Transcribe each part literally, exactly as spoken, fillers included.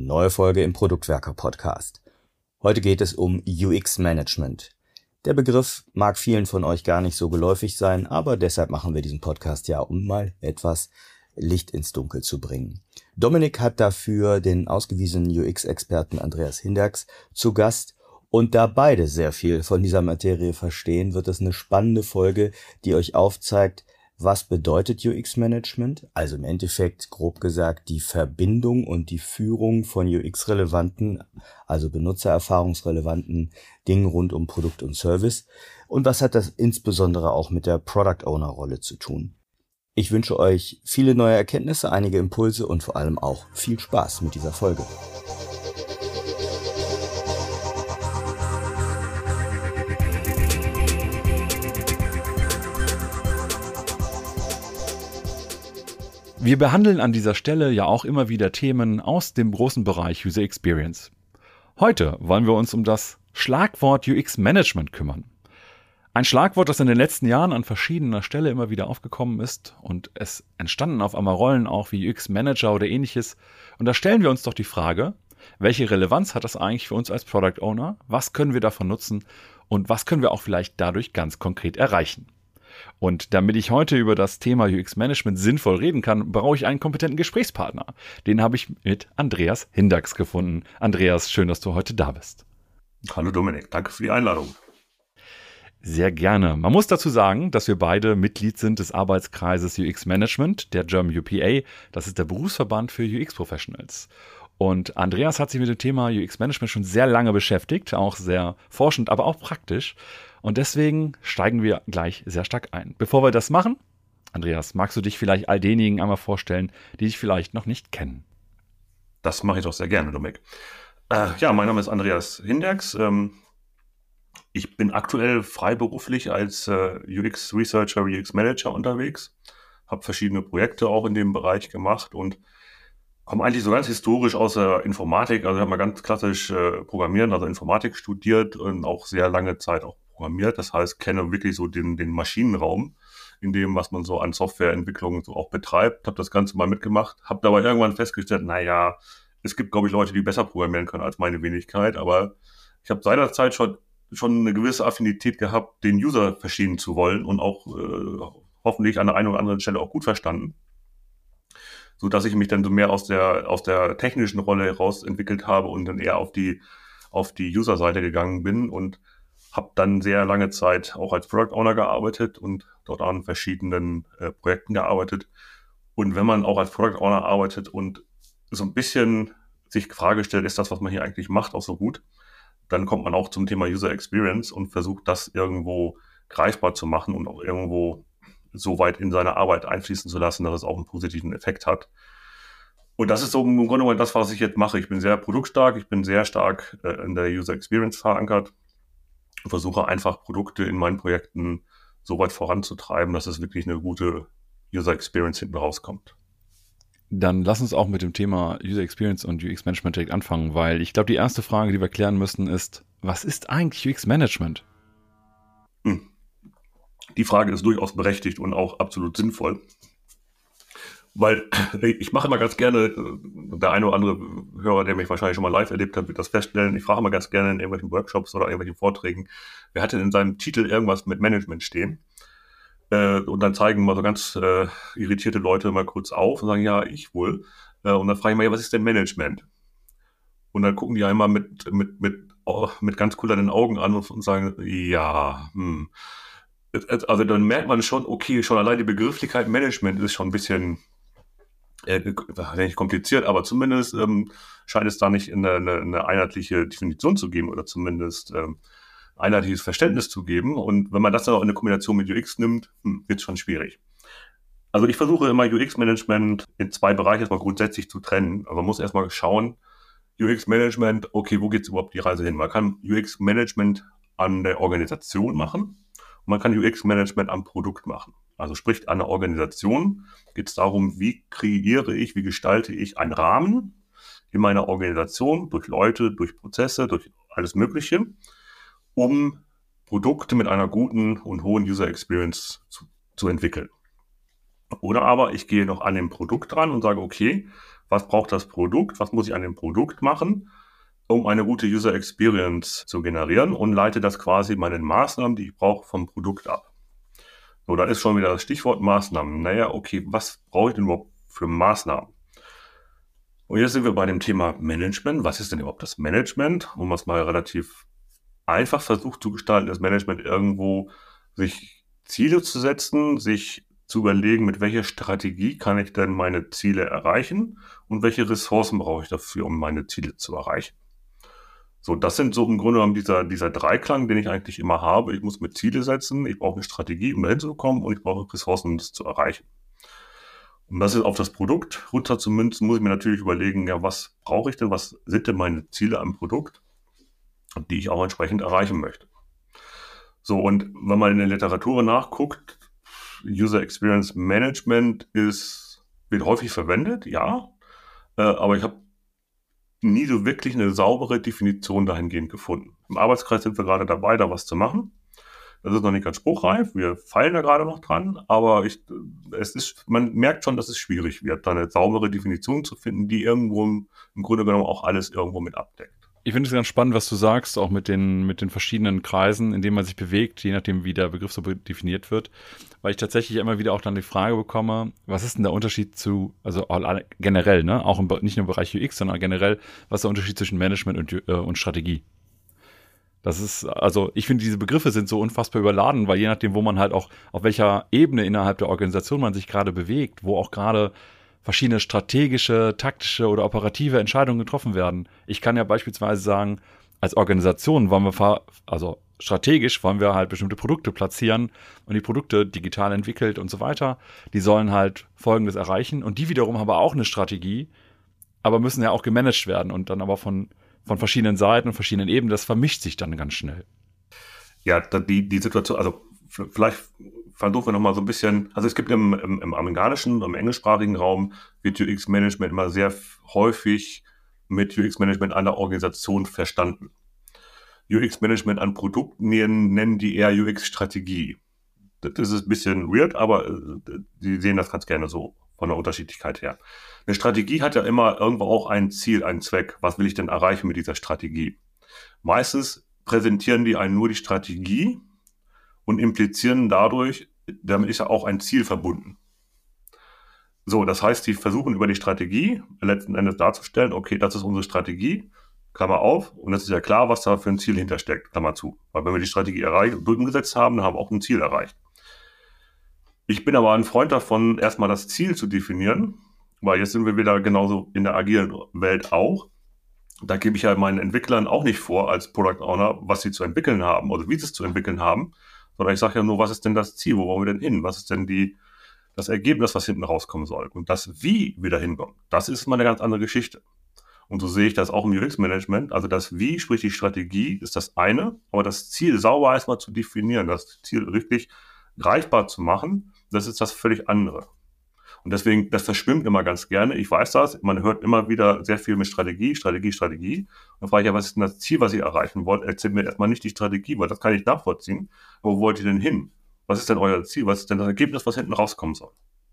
neue Folge im Produktwerker-Podcast. Heute geht es um U X-Management. Der Begriff mag vielen von euch gar nicht so geläufig sein, aber deshalb machen wir diesen Podcast ja, um mal etwas Licht ins Dunkel zu bringen. Dominik hat dafür den ausgewiesenen U X-Experten Andreas Hinderks zu Gast. Und da beide sehr viel von dieser Materie verstehen, wird es eine spannende Folge, die euch aufzeigt, was bedeutet U X-Management, also im Endeffekt grob gesagt die Verbindung und die Führung von U X-relevanten, also benutzererfahrungsrelevanten Dingen rund um Produkt und Service, und was hat das insbesondere auch mit der Product-Owner-Rolle zu tun. Ich wünsche euch viele neue Erkenntnisse, einige Impulse und vor allem auch viel Spaß mit dieser Folge. Wir behandeln an dieser Stelle ja auch immer wieder Themen aus dem großen Bereich User Experience. Heute wollen wir uns um das Schlagwort U X-Management kümmern. Ein Schlagwort, das in den letzten Jahren an verschiedener Stelle immer wieder aufgekommen ist, und es entstanden auf einmal Rollen auch wie U X-Manager oder ähnliches. Und da stellen wir uns doch die Frage, welche Relevanz hat das eigentlich für uns als Product Owner? Was können wir davon nutzen und was können wir auch vielleicht dadurch ganz konkret erreichen? Und damit ich heute über das Thema U X-Management sinnvoll reden kann, brauche ich einen kompetenten Gesprächspartner. Den habe ich mit Andreas Hinderks gefunden. Andreas, schön, dass du heute da bist. Hallo Dominik, danke für die Einladung. Sehr gerne. Man muss dazu sagen, dass wir beide Mitglied sind des Arbeitskreises U X-Management, der German U P A. Das ist der Berufsverband für U X-Professionals. Und Andreas hat sich mit dem Thema U X-Management schon sehr lange beschäftigt, auch sehr forschend, aber auch praktisch. Und deswegen steigen wir gleich sehr stark ein. Bevor wir das machen, Andreas, magst du dich vielleicht all denjenigen einmal vorstellen, die dich vielleicht noch nicht kennen? Das mache ich doch sehr gerne, Dominik. Äh, ja, mein Name ist Andreas Hinderks. Ähm, ich bin aktuell freiberuflich als äh, U X-Researcher, U X-Manager unterwegs, habe verschiedene Projekte auch in dem Bereich gemacht und komme eigentlich so ganz historisch aus der Informatik. Also ich habe mal ganz klassisch äh, Programmieren, also Informatik studiert und auch sehr lange Zeit auch programmiert. Das heißt, kenne wirklich so den, den Maschinenraum, in dem, was man so an Softwareentwicklung so auch betreibt. Habe das Ganze mal mitgemacht, habe dabei irgendwann festgestellt, naja, es gibt, glaube ich, Leute, die besser programmieren können als meine Wenigkeit. Aber ich habe seinerzeit schon, schon eine gewisse Affinität gehabt, den User verstehen zu wollen und auch äh, hoffentlich an der einen oder anderen Stelle auch gut verstanden. So dass ich mich dann so mehr aus der, aus der technischen Rolle heraus entwickelt habe und dann eher auf die, auf die User-Seite gegangen bin und habe dann sehr lange Zeit auch als Product Owner gearbeitet und dort an verschiedenen äh, Projekten gearbeitet. Und wenn man auch als Product Owner arbeitet und so ein bisschen sich die Frage stellt, ist das, was man hier eigentlich macht, auch so gut, dann kommt man auch zum Thema User Experience und versucht, das irgendwo greifbar zu machen und auch irgendwo so weit in seine Arbeit einfließen zu lassen, dass es auch einen positiven Effekt hat. Und das ist so im Grunde genommen das, was ich jetzt mache. Ich bin sehr produktstark, ich bin sehr stark äh, in der User Experience verankert und versuche einfach Produkte in meinen Projekten so weit voranzutreiben, dass es wirklich eine gute User Experience hinten rauskommt. Dann lass uns auch mit dem Thema User Experience und U X-Management direkt anfangen, weil ich glaube, die erste Frage, die wir klären müssen, ist, was ist eigentlich U X-Management? Hm. Die Frage ist durchaus berechtigt und auch absolut sinnvoll. Weil ich mache immer ganz gerne, der eine oder andere Hörer, der mich wahrscheinlich schon mal live erlebt hat, wird das feststellen. Ich frage immer ganz gerne in irgendwelchen Workshops oder irgendwelchen Vorträgen, wer hat denn in seinem Titel irgendwas mit Management stehen? Äh, und dann zeigen mal so ganz äh, irritierte Leute mal kurz auf und sagen, ja, ich wohl. Äh, und dann frage ich mal, ja, was ist denn Management? Und dann gucken die einmal mit, mit, mit, oh, mit ganz kullernden Augen an und, und sagen, ja, hm. Also dann merkt man schon, okay, schon allein die Begrifflichkeit Management ist schon ein bisschen äh, nicht kompliziert, aber zumindest ähm, scheint es da nicht eine, eine, eine einheitliche Definition zu geben oder zumindest ähm, einheitliches Verständnis zu geben. Und wenn man das dann auch in eine Kombination mit U X nimmt, hm, wird es schon schwierig. Also ich versuche immer U X-Management in zwei Bereiche erstmal grundsätzlich zu trennen. Aber man muss erstmal schauen, U X-Management, okay, wo geht es überhaupt die Reise hin? Man kann U X-Management an der Organisation machen. Man kann U X-Management am Produkt machen. Also sprich, an der Organisation geht es darum, wie kreiere ich, wie gestalte ich einen Rahmen in meiner Organisation durch Leute, durch Prozesse, durch alles Mögliche, um Produkte mit einer guten und hohen User Experience zu, zu entwickeln. Oder aber ich gehe noch an dem Produkt dran und sage, okay, was braucht das Produkt? Was muss ich an dem Produkt machen, um eine gute User Experience zu generieren, und leite das quasi meinen Maßnahmen, die ich brauche, vom Produkt ab. So, da ist schon wieder das Stichwort Maßnahmen. Naja, okay, was brauche ich denn überhaupt für Maßnahmen? Und jetzt sind wir bei dem Thema Management. Was ist denn überhaupt das Management? Um es mal relativ einfach versucht zu gestalten, das Management irgendwo sich Ziele zu setzen, sich zu überlegen, mit welcher Strategie kann ich denn meine Ziele erreichen und welche Ressourcen brauche ich dafür, um meine Ziele zu erreichen. So, das sind so im Grunde genommen dieser, dieser Dreiklang, den ich eigentlich immer habe. Ich muss mir Ziele setzen, ich brauche eine Strategie, um dahin zu kommen, und ich brauche Ressourcen, um das zu erreichen. Um das jetzt auf das Produkt runter zu münzen, muss ich mir natürlich überlegen, ja, was brauche ich denn, was sind denn meine Ziele am Produkt, die ich auch entsprechend erreichen möchte. So, und wenn man in der Literatur nachguckt, User Experience Management ist, wird häufig verwendet, ja, äh, aber ich habe nie so wirklich eine saubere Definition dahingehend gefunden. Im Arbeitskreis sind wir gerade dabei, da was zu machen. Das ist noch nicht ganz spruchreif, wir feilen da gerade noch dran, aber ich, es ist, man merkt schon, dass es schwierig wird, da eine saubere Definition zu finden, die irgendwo im, im Grunde genommen auch alles irgendwo mit abdeckt. Ich finde es ganz spannend, was du sagst, auch mit den, mit den verschiedenen Kreisen, in denen man sich bewegt, je nachdem, wie der Begriff so definiert wird. Weil ich tatsächlich immer wieder auch dann die Frage bekomme, was ist denn der Unterschied zu, also generell, ne, auch im, nicht nur im Bereich U X, sondern generell, was ist der Unterschied zwischen Management und, äh, und Strategie? Das ist, also ich finde, diese Begriffe sind so unfassbar überladen, weil je nachdem, wo man halt auch, auf welcher Ebene innerhalb der Organisation man sich gerade bewegt, wo auch gerade verschiedene strategische, taktische oder operative Entscheidungen getroffen werden. Ich kann ja beispielsweise sagen, als Organisation wollen wir, also strategisch wollen wir halt bestimmte Produkte platzieren und die Produkte digital entwickelt und so weiter, die sollen halt Folgendes erreichen, und die wiederum haben auch eine Strategie, aber müssen ja auch gemanagt werden und dann aber von, von verschiedenen Seiten und verschiedenen Ebenen, das vermischt sich dann ganz schnell. Ja, die, die Situation, also vielleicht versuchen wir nochmal so ein bisschen, also es gibt im, im, im amerikanischen, im englischsprachigen Raum wird U X-Management immer sehr häufig mit U X-Management einer Organisation verstanden. U X-Management an Produkten nennen die eher U X-Strategie. Das ist ein bisschen weird, aber die sehen das ganz gerne so von der Unterschiedlichkeit her. Eine Strategie hat ja immer irgendwo auch ein Ziel, einen Zweck. Was will ich denn erreichen mit dieser Strategie? Meistens präsentieren die einen nur die Strategie und implizieren dadurch, damit ist ja auch ein Ziel verbunden. So, das heißt, die versuchen über die Strategie letzten Endes darzustellen, okay, das ist unsere Strategie, Klammer auf, und das ist ja klar, was da für ein Ziel hintersteckt, Klammer zu. Weil wenn wir die Strategie erreicht und umgesetzt haben, dann haben wir auch ein Ziel erreicht. Ich bin aber ein Freund davon, erstmal das Ziel zu definieren, weil jetzt sind wir wieder genauso in der agilen Welt auch. Da gebe ich ja meinen Entwicklern auch nicht vor, als Product Owner, was sie zu entwickeln haben oder wie sie es zu entwickeln haben, sondern ich sage ja nur, was ist denn das Ziel, wo wollen wir denn hin? Was ist denn die, das Ergebnis, was hinten rauskommen soll? Und das, wie wir da hinkommen, das ist mal eine ganz andere Geschichte. Und so sehe ich das auch im U X-Management. Also das Wie, sprich die Strategie, ist das eine, aber das Ziel sauber erstmal zu definieren, das Ziel richtig greifbar zu machen, das ist das völlig andere. Und deswegen, das verschwimmt immer ganz gerne. Ich weiß das, man hört immer wieder sehr viel mit Strategie, Strategie, Strategie. Und dann frage ich ja, was ist denn das Ziel, was ihr erreichen wollt? Erzählt mir erstmal nicht die Strategie, weil das kann ich nachvollziehen. Aber wo wollt ihr denn hin? Was ist denn euer Ziel? Was ist denn das Ergebnis, was hinten rauskommen soll?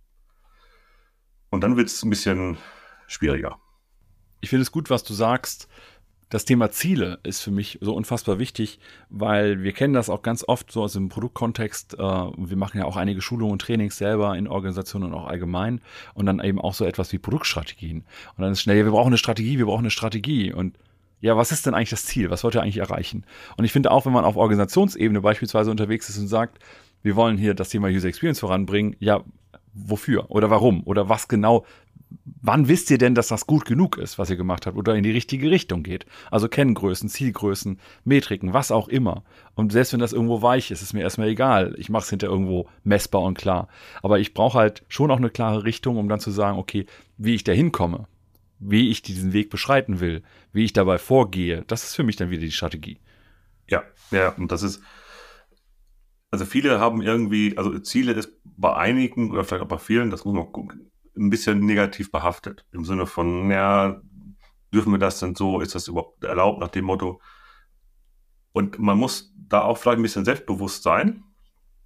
Und dann wird es ein bisschen schwieriger. Ich finde es gut, was du sagst. Das Thema Ziele ist für mich so unfassbar wichtig, weil wir kennen das auch ganz oft so aus dem Produktkontext. Äh, wir machen ja auch einige Schulungen und Trainings selber in Organisationen und auch allgemein und dann eben auch so etwas wie Produktstrategien. Und dann ist schnell, ja, wir brauchen eine Strategie, wir brauchen eine Strategie. Und ja, was ist denn eigentlich das Ziel? Was wollt ihr eigentlich erreichen? Und ich finde auch, wenn man auf Organisationsebene beispielsweise unterwegs ist und sagt, wir wollen hier das Thema User Experience voranbringen, ja, wofür oder warum oder was genau? Wann wisst ihr denn, dass das gut genug ist, was ihr gemacht habt oder in die richtige Richtung geht? Also Kenngrößen, Zielgrößen, Metriken, was auch immer. Und selbst wenn das irgendwo weich ist, ist mir erstmal egal. Ich mache es hinter irgendwo messbar und klar. Aber ich brauche halt schon auch eine klare Richtung, um dann zu sagen, okay, wie ich da hinkomme, wie ich diesen Weg beschreiten will, wie ich dabei vorgehe, das ist für mich dann wieder die Strategie. Ja, ja, und das ist, also viele haben irgendwie, also Ziele ist bei einigen oder vielleicht auch bei vielen, das muss man gucken, ein bisschen negativ behaftet. Im Sinne von, ja, dürfen wir das denn so? Ist das überhaupt erlaubt nach dem Motto? Und man muss da auch vielleicht ein bisschen selbstbewusst sein.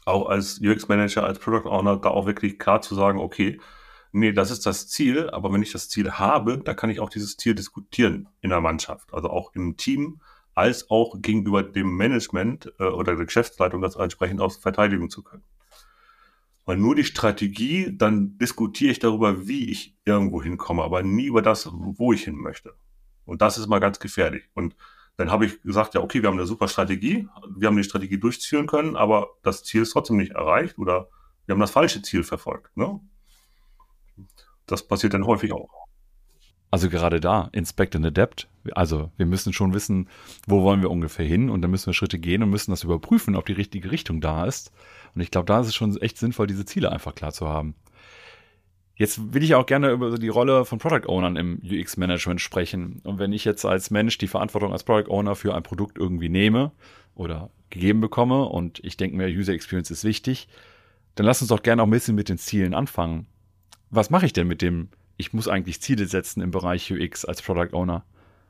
auch als U X-Manager, als Product Owner, da auch wirklich klar zu sagen, okay, nee, das ist das Ziel, aber wenn ich das Ziel habe, dann kann ich auch dieses Ziel diskutieren in der Mannschaft, also auch im Team, als auch gegenüber dem Management äh, oder der Geschäftsleitung das entsprechend auch verteidigen zu können. Weil nur die Strategie, dann diskutiere ich darüber, wie ich irgendwo hinkomme, aber nie über das, wo ich hin möchte. Und das ist mal ganz gefährlich. Und dann habe ich gesagt, ja, okay, wir haben eine super Strategie, wir haben die Strategie durchführen können, aber das Ziel ist trotzdem nicht erreicht oder wir haben das falsche Ziel verfolgt. Ne? Das passiert dann häufig auch. Also gerade da, Inspect and Adapt. Also wir müssen schon wissen, wo wollen wir ungefähr hin und dann müssen wir Schritte gehen und müssen das überprüfen, ob die richtige Richtung da ist. Und ich glaube, da ist es schon echt sinnvoll, diese Ziele einfach klar zu haben. Jetzt will ich auch gerne über die Rolle von Product Ownern im U X-Management sprechen. Und wenn ich jetzt als Mensch die Verantwortung als Product Owner für ein Produkt irgendwie nehme oder gegeben bekomme und ich denke mir, User Experience ist wichtig, dann lass uns doch gerne auch ein bisschen mit den Zielen anfangen. Was mache ich denn mit dem, ich muss eigentlich Ziele setzen im Bereich U X als Product Owner?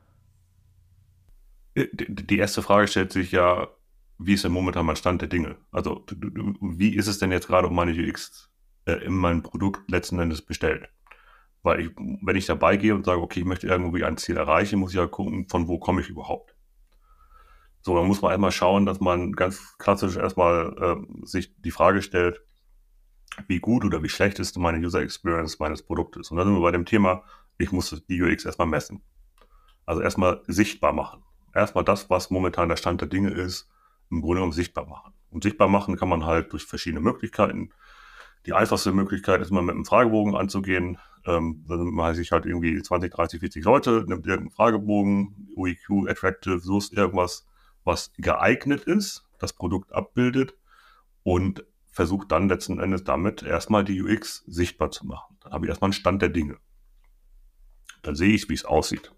Die erste Frage stellt sich ja, wie ist denn momentan mein Stand der Dinge? Also wie ist es denn jetzt gerade um meine U X äh, in meinem Produkt letzten Endes bestellt? Weil ich, wenn ich dabei gehe und sage, okay, ich möchte irgendwie ein Ziel erreichen, muss ich ja gucken, von wo komme ich überhaupt. So, dann muss man einmal schauen, dass man ganz klassisch erstmal äh, sich die Frage stellt, wie gut oder wie schlecht ist meine User Experience meines Produktes. Und dann sind wir bei dem Thema, ich muss die U X erstmal messen. Also erstmal sichtbar machen. Erstmal das, was momentan der Stand der Dinge ist, im Grunde genommen sichtbar machen. Und sichtbar machen kann man halt durch verschiedene Möglichkeiten. Die einfachste Möglichkeit ist mal mit einem Fragebogen anzugehen. Ähm, dann nimmt man sich halt irgendwie zwanzig, dreißig, vierzig Leute, nimmt irgendeinen Fragebogen, U I Q, Attractive, sucht irgendwas, was geeignet ist, das Produkt abbildet und versucht dann letzten Endes damit erstmal die U X sichtbar zu machen. Dann habe ich erstmal einen Stand der Dinge. Dann sehe ich, wie es aussieht.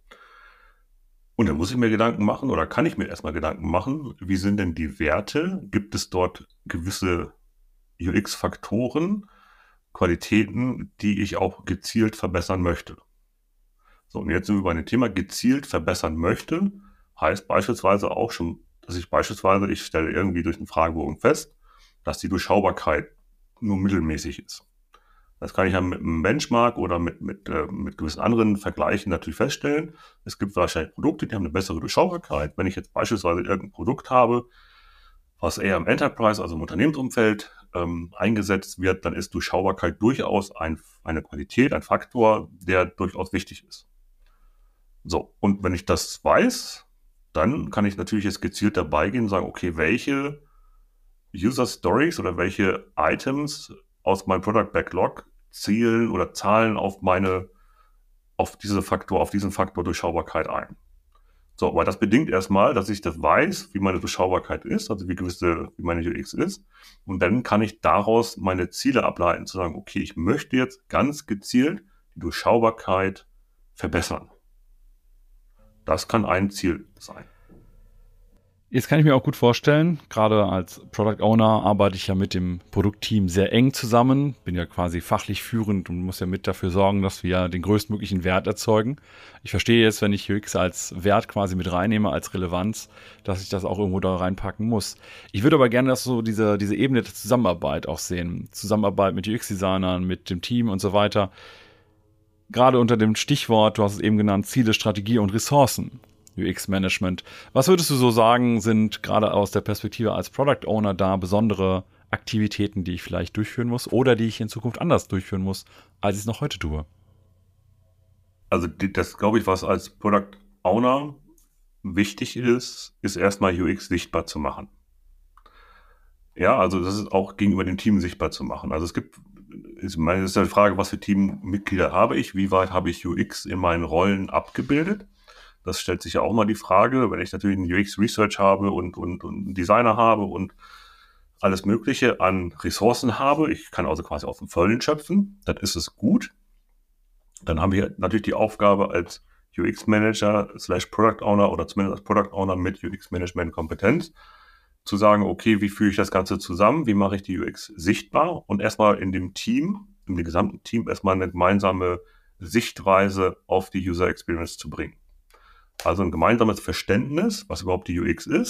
Und dann muss ich mir Gedanken machen oder kann ich mir erstmal Gedanken machen, wie sind denn die Werte? Gibt es dort gewisse U X-Faktoren, Qualitäten, die ich auch gezielt verbessern möchte? So, und jetzt sind wir bei dem Thema gezielt verbessern möchte, heißt beispielsweise auch schon, dass ich beispielsweise, ich stelle irgendwie durch einen Fragebogen fest, dass die Durchschaubarkeit nur mittelmäßig ist. Das kann ich ja mit einem Benchmark oder mit, mit, äh, mit gewissen anderen Vergleichen natürlich feststellen. Es gibt wahrscheinlich Produkte, die haben eine bessere Durchschaubarkeit. Wenn ich jetzt beispielsweise irgendein Produkt habe, was eher im Enterprise, also im Unternehmensumfeld ähm, eingesetzt wird, dann ist Durchschaubarkeit durchaus ein, eine Qualität, ein Faktor, der durchaus wichtig ist. So, und wenn ich das weiß, dann kann ich natürlich jetzt gezielt dabei gehen und sagen, okay, welche User Stories oder welche Items aus meinem Product Backlog zielen oder zahlen auf meine, auf diese Faktor, auf diesen Faktor Durchschaubarkeit ein. So, aber das bedingt erstmal, dass ich das weiß, wie meine Durchschaubarkeit ist, also wie gewisse, wie meine U X ist. Und dann kann ich daraus meine Ziele ableiten, zu sagen, okay, ich möchte jetzt ganz gezielt die Durchschaubarkeit verbessern. Das kann ein Ziel sein. Jetzt kann ich mir auch gut vorstellen, gerade als Product Owner arbeite ich ja mit dem Produktteam sehr eng zusammen, bin ja quasi fachlich führend und muss ja mit dafür sorgen, dass wir den größtmöglichen Wert erzeugen. Ich verstehe jetzt, wenn ich U X als Wert quasi mit reinnehme, als Relevanz, dass ich das auch irgendwo da reinpacken muss. Ich würde aber gerne, dass so diese, diese Ebene der Zusammenarbeit auch sehen. Zusammenarbeit mit U X-Designern, mit dem Team und so weiter. Gerade unter dem Stichwort, du hast es eben genannt, Ziele, Strategie und Ressourcen. U X-Management. Was würdest du so sagen, sind gerade aus der Perspektive als Product Owner da besondere Aktivitäten, die ich vielleicht durchführen muss oder die ich in Zukunft anders durchführen muss, als ich es noch heute tue? Also das, glaube ich, was als Product Owner wichtig ist, ist erstmal U X sichtbar zu machen. Ja, also das ist auch gegenüber dem Team sichtbar zu machen. Also es gibt, ich meine, das ist ja die Frage, was für Teammitglieder habe ich, wie weit habe ich U X in meinen Rollen abgebildet? Das stellt sich ja auch mal die Frage, wenn ich natürlich einen U X-Research habe und, und, und einen Designer habe und alles Mögliche an Ressourcen habe, ich kann also quasi aus dem Vollen schöpfen, dann ist es gut. Dann haben wir natürlich die Aufgabe als U X-Manager slash Product Owner oder zumindest als Product Owner mit U X-Management-Kompetenz zu sagen, okay, wie führe ich das Ganze zusammen, wie mache ich die U X sichtbar und erstmal in dem Team, in dem gesamten Team erstmal eine gemeinsame Sichtweise auf die User Experience zu bringen. Also ein gemeinsames Verständnis, was überhaupt die U X ist,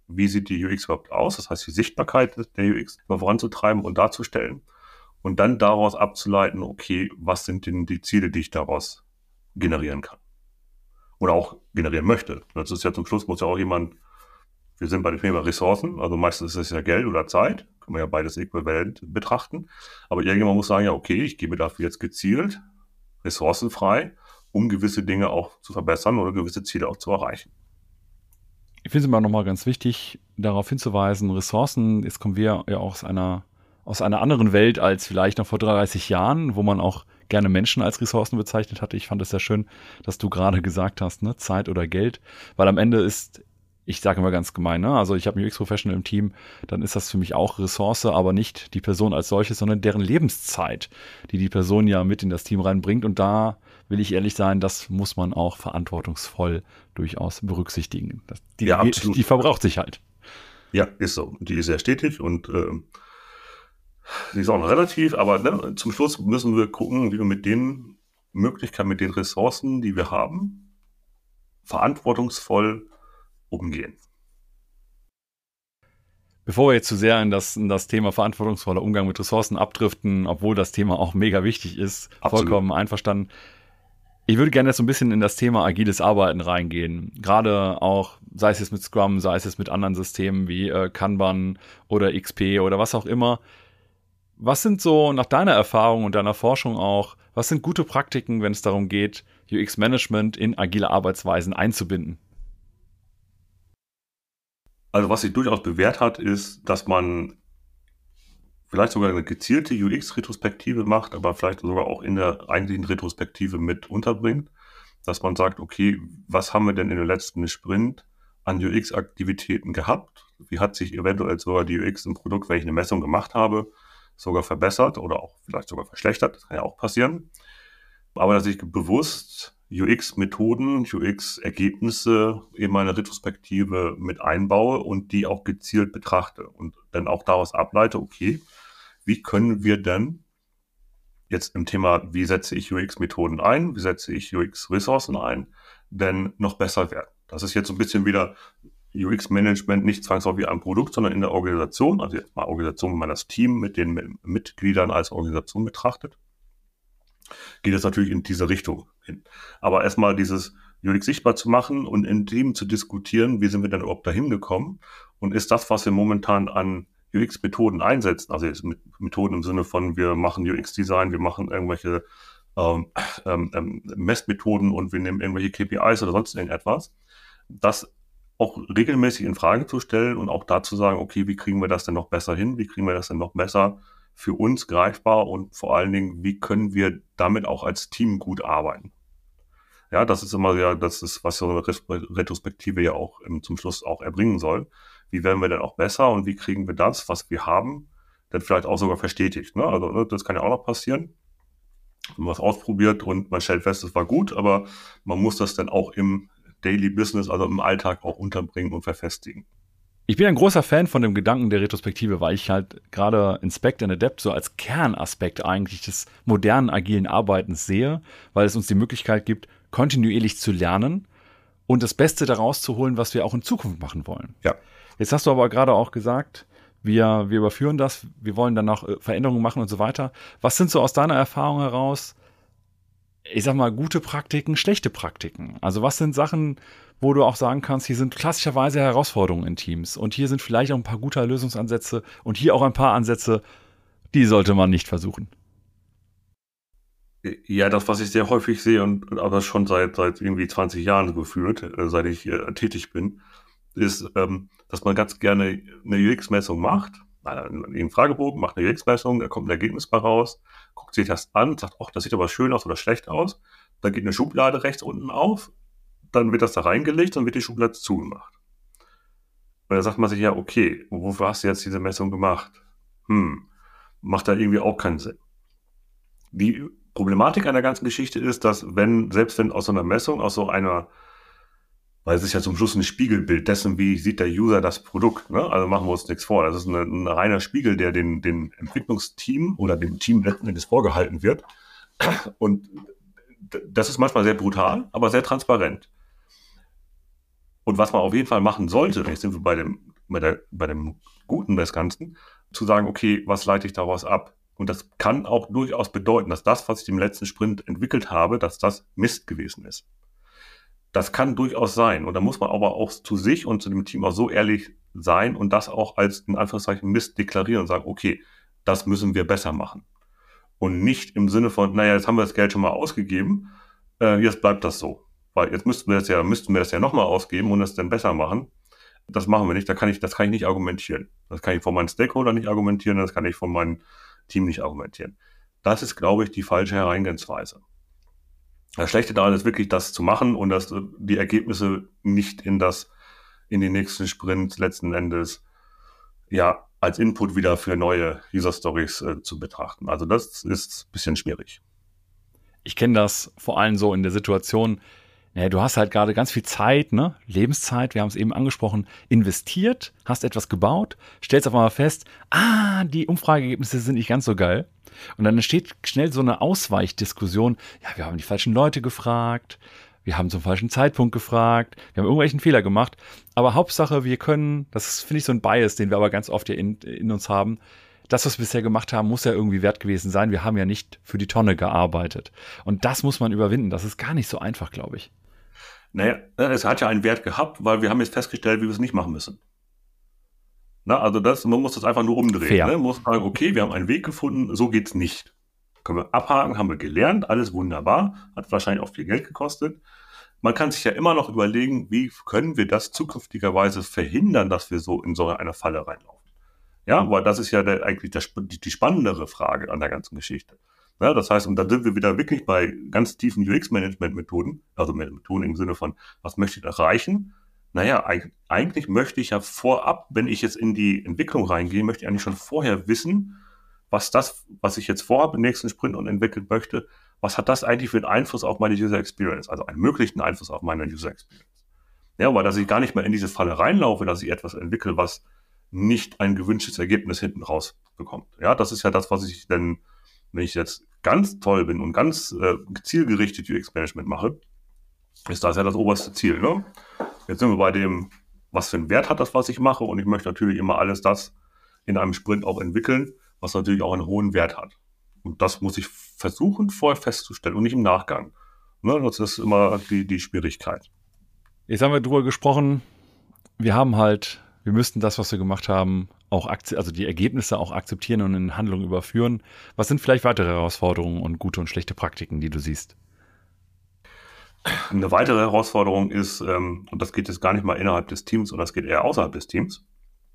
wie sieht die U X überhaupt aus, das heißt die Sichtbarkeit der U X immer voranzutreiben und darzustellen und dann daraus abzuleiten, okay, was sind denn die Ziele, die ich daraus generieren kann oder auch generieren möchte. Das ist ja zum Schluss, muss ja auch jemand, wir sind bei dem Thema Ressourcen, also meistens ist es ja Geld oder Zeit, kann man ja beides äquivalent betrachten, aber irgendjemand muss sagen, ja okay, ich gebe dafür jetzt gezielt ressourcenfrei, um gewisse Dinge auch zu verbessern oder gewisse Ziele auch zu erreichen. Ich finde es immer nochmal ganz wichtig, darauf hinzuweisen, Ressourcen, jetzt kommen wir ja auch aus einer, aus einer anderen Welt als vielleicht noch vor dreißig Jahren, wo man auch gerne Menschen als Ressourcen bezeichnet hatte. Ich fand es sehr schön, dass du gerade gesagt hast, ne, Zeit oder Geld, weil am Ende ist, ich sage immer ganz gemein, ne, also ich habe einen U X-Professional im Team, dann ist das für mich auch Ressource, aber nicht die Person als solches, sondern deren Lebenszeit, die die Person ja mit in das Team reinbringt. Und da will ich ehrlich sein, das muss man auch verantwortungsvoll durchaus berücksichtigen. Das, die, ja, die, absolut. Die verbraucht sich halt. Ja, ist so. Die ist sehr stetig und äh, sie ist auch noch relativ, aber ne, zum Schluss müssen wir gucken, wie wir mit den Möglichkeiten, mit den Ressourcen, die wir haben, verantwortungsvoll umgehen. Bevor wir jetzt zu sehr in das, in das Thema verantwortungsvoller Umgang mit Ressourcen abdriften, obwohl das Thema auch mega wichtig ist, Absolut. Vollkommen einverstanden. Ich würde gerne jetzt so ein bisschen in das Thema agiles Arbeiten reingehen. Gerade auch, sei es jetzt mit Scrum, sei es jetzt mit anderen Systemen wie äh, Kanban oder X P oder was auch immer. Was sind so nach deiner Erfahrung und deiner Forschung auch, was sind gute Praktiken, wenn es darum geht, U X-Management in agile Arbeitsweisen einzubinden? Also was sich durchaus bewährt hat, ist, dass man vielleicht sogar eine gezielte U X-Retrospektive macht, aber vielleicht sogar auch in der eigentlichen Retrospektive mit unterbringt, dass man sagt, okay, was haben wir denn in der letzten Sprint an U X-Aktivitäten gehabt? Wie hat sich eventuell sogar die U X im Produkt, wenn ich eine Messung gemacht habe, sogar verbessert oder auch vielleicht sogar verschlechtert? Das kann ja auch passieren. Aber dass ich bewusst U X-Methoden, U X-Ergebnisse in meine Retrospektive mit einbaue und die auch gezielt betrachte und dann auch daraus ableite, okay, wie können wir denn jetzt im Thema, wie setze ich U X-Methoden ein, wie setze ich U X-Ressourcen ein, denn noch besser werden. Das ist jetzt so ein bisschen wieder U X-Management, nicht zwangsläufig am Produkt, sondern in der Organisation, also jetzt mal Organisation, wenn man das Team mit den Mitgliedern als Organisation betrachtet, geht es natürlich in diese Richtung hin. Aber erstmal dieses U X sichtbar zu machen und in Team zu diskutieren, wie sind wir denn überhaupt dahin gekommen und ist das, was wir momentan an U X-Methoden einsetzen, also jetzt mit Methoden im Sinne von, wir machen U X-Design, wir machen irgendwelche ähm, ähm, Messmethoden und wir nehmen irgendwelche K P Is oder sonst irgendetwas, das auch regelmäßig in Frage zu stellen und auch da zu sagen, okay, wie kriegen wir das denn noch besser hin, wie kriegen wir das denn noch besser für uns greifbar und vor allen Dingen, wie können wir damit auch als Team gut arbeiten. Ja, das ist immer ja, das ist, was so eine Retrospektive ja auch ähm, zum Schluss auch erbringen soll. Wie werden wir denn auch besser und wie kriegen wir das, was wir haben, dann vielleicht auch sogar verstetigt. Ne? Also ne, das kann ja auch noch passieren, wenn man was ausprobiert und man stellt fest, es war gut, aber man muss das dann auch im Daily Business, also im Alltag auch unterbringen und verfestigen. Ich bin ein großer Fan von dem Gedanken der Retrospektive, weil ich halt gerade Inspect and Adapt so als Kernaspekt eigentlich des modernen agilen Arbeitens sehe, weil es uns die Möglichkeit gibt, kontinuierlich zu lernen und das Beste daraus zu holen, was wir auch in Zukunft machen wollen. Ja. Jetzt hast du aber gerade auch gesagt, wir, wir überführen das, wir wollen dann noch Veränderungen machen und so weiter. Was sind so aus deiner Erfahrung heraus, ich sag mal, gute Praktiken, schlechte Praktiken? Also was sind Sachen, wo du auch sagen kannst, hier sind klassischerweise Herausforderungen in Teams und hier sind vielleicht auch ein paar gute Lösungsansätze und hier auch ein paar Ansätze, die sollte man nicht versuchen. Ja, das, was ich sehr häufig sehe und aber schon seit seit irgendwie zwanzig Jahren gefühlt, äh, seit ich äh, tätig bin, ist, ähm, dass man ganz gerne eine U X-Messung macht, einen Fragebogen, macht eine U X-Messung, da kommt ein Ergebnis bei raus, guckt sich das an, sagt, ach, das sieht aber schön aus oder schlecht aus, dann geht eine Schublade rechts unten auf, dann wird das da reingelegt und wird die Schublade zugemacht. Und dann sagt man sich, ja, okay, wofür hast du jetzt diese Messung gemacht? Hm, macht da irgendwie auch keinen Sinn. Die Problematik an der ganzen Geschichte ist, dass wenn, selbst wenn aus so einer Messung, aus so einer, weil es ist ja zum Schluss ein Spiegelbild dessen, wie sieht der User das Produkt, ne? Also machen wir uns nichts vor. Das ist eine, ein reiner Spiegel, der den, den Entwicklungsteam oder dem Team letzten Endes vorgehalten wird. Und das ist manchmal sehr brutal, aber sehr transparent. Und was man auf jeden Fall machen sollte, jetzt sind wir bei dem bei, der, bei dem Guten des Ganzen, zu sagen, okay, was leite ich daraus ab? Und das kann auch durchaus bedeuten, dass das, was ich im letzten Sprint entwickelt habe, dass das Mist gewesen ist. Das kann durchaus sein. Und da muss man aber auch zu sich und zu dem Team auch so ehrlich sein und das auch als in Anführungszeichen Mist deklarieren und sagen, okay, das müssen wir besser machen. Und nicht im Sinne von, naja, jetzt haben wir das Geld schon mal ausgegeben, äh, jetzt bleibt das so. Weil jetzt müssten wir das ja, müssten wir das ja nochmal ausgeben und es dann besser machen. Das machen wir nicht, da kann ich, das kann ich nicht argumentieren. Das kann ich von meinen Stakeholdern nicht argumentieren, das kann ich von meinem Team nicht argumentieren. Das ist, glaube ich, die falsche Herangehensweise. Das Schlechte daran ist wirklich, das zu machen und dass die Ergebnisse nicht in das, in den nächsten Sprint letzten Endes, ja, als Input wieder für neue User-Stories äh, zu betrachten. Also das ist ein bisschen schwierig. Ich kenne das vor allem so in der Situation, naja, du hast halt gerade ganz viel Zeit, ne, Lebenszeit, wir haben es eben angesprochen, investiert, hast etwas gebaut, stellst auf einmal fest, ah, die Umfrageergebnisse sind nicht ganz so geil. Und dann entsteht schnell so eine Ausweichdiskussion, ja, wir haben die falschen Leute gefragt, wir haben zum falschen Zeitpunkt gefragt, wir haben irgendwelchen Fehler gemacht, aber Hauptsache, wir können, das ist, finde ich, so ein Bias, den wir aber ganz oft hier in, in uns haben, das, was wir bisher gemacht haben, muss ja irgendwie wert gewesen sein, wir haben ja nicht für die Tonne gearbeitet. Und das muss man überwinden, das ist gar nicht so einfach, glaube ich. Naja, es hat ja einen Wert gehabt, weil wir haben jetzt festgestellt, wie wir es nicht machen müssen. Na, also das, man muss das einfach nur umdrehen. Fair. Ne? Man muss sagen, okay, wir haben einen Weg gefunden, so geht's nicht. Können wir abhaken, haben wir gelernt, alles wunderbar, hat wahrscheinlich auch viel Geld gekostet. Man kann sich ja immer noch überlegen, wie können wir das zukünftigerweise verhindern, dass wir so in so eine Falle reinlaufen. Ja, weil das ist ja der, eigentlich der, die, die spannendere Frage an der ganzen Geschichte. Ja, das heißt, und da sind wir wieder wirklich bei ganz tiefen U X-Management-Methoden, also Methoden im Sinne von, was möchte ich erreichen? Naja, eigentlich, eigentlich möchte ich ja vorab, wenn ich jetzt in die Entwicklung reingehe, möchte ich eigentlich schon vorher wissen, was das, was ich jetzt vorhabe im nächsten Sprint und entwickeln möchte, was hat das eigentlich für einen Einfluss auf meine User Experience, also einen möglichen Einfluss auf meine User Experience. Ja, weil dass ich gar nicht mehr in diese Falle reinlaufe, dass ich etwas entwickle, was nicht ein gewünschtes Ergebnis hinten raus bekommt. Ja, das ist ja das, was ich denn, wenn ich jetzt ganz toll bin und ganz äh, zielgerichtet U X-Management mache, ist das ja das oberste Ziel. Ne? Jetzt sind wir bei dem, was für einen Wert hat das, was ich mache, und ich möchte natürlich immer alles das in einem Sprint auch entwickeln, was natürlich auch einen hohen Wert hat. Und das muss ich versuchen, vorher festzustellen und nicht im Nachgang. Ne? Das ist immer die, die Schwierigkeit. Jetzt haben wir drüber gesprochen, wir haben halt, wir müssten das, was wir gemacht haben, auch also die Ergebnisse auch akzeptieren und in Handlung überführen. Was sind vielleicht weitere Herausforderungen und gute und schlechte Praktiken, die du siehst? Eine weitere Herausforderung ist, ähm, und das geht jetzt gar nicht mal innerhalb des Teams, sondern das geht eher außerhalb des Teams.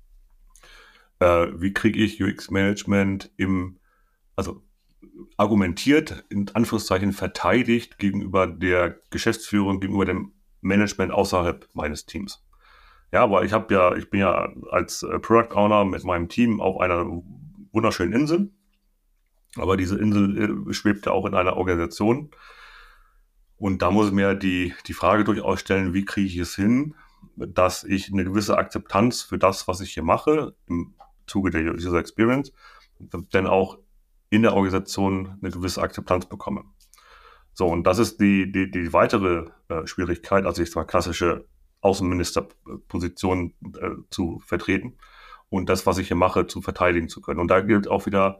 Äh, wie kriege ich U X-Management im, also argumentiert, in Anführungszeichen verteidigt gegenüber der Geschäftsführung, gegenüber dem Management außerhalb meines Teams? Ja, weil ich habe ja, ich bin ja als äh, Product Owner mit meinem Team auf einer wunderschönen Insel. Aber diese Insel äh, schwebt ja auch in einer Organisation. Und da muss ich mir die, die Frage durchaus stellen, wie kriege ich es hin, dass ich eine gewisse Akzeptanz für das, was ich hier mache, im Zuge der User Experience, denn auch in der Organisation eine gewisse Akzeptanz bekomme. So, und das ist die, die, die weitere äh, Schwierigkeit, also ich sage klassische Außenministerposition äh, zu vertreten und das, was ich hier mache, zu verteidigen zu können. Und da gilt auch wieder,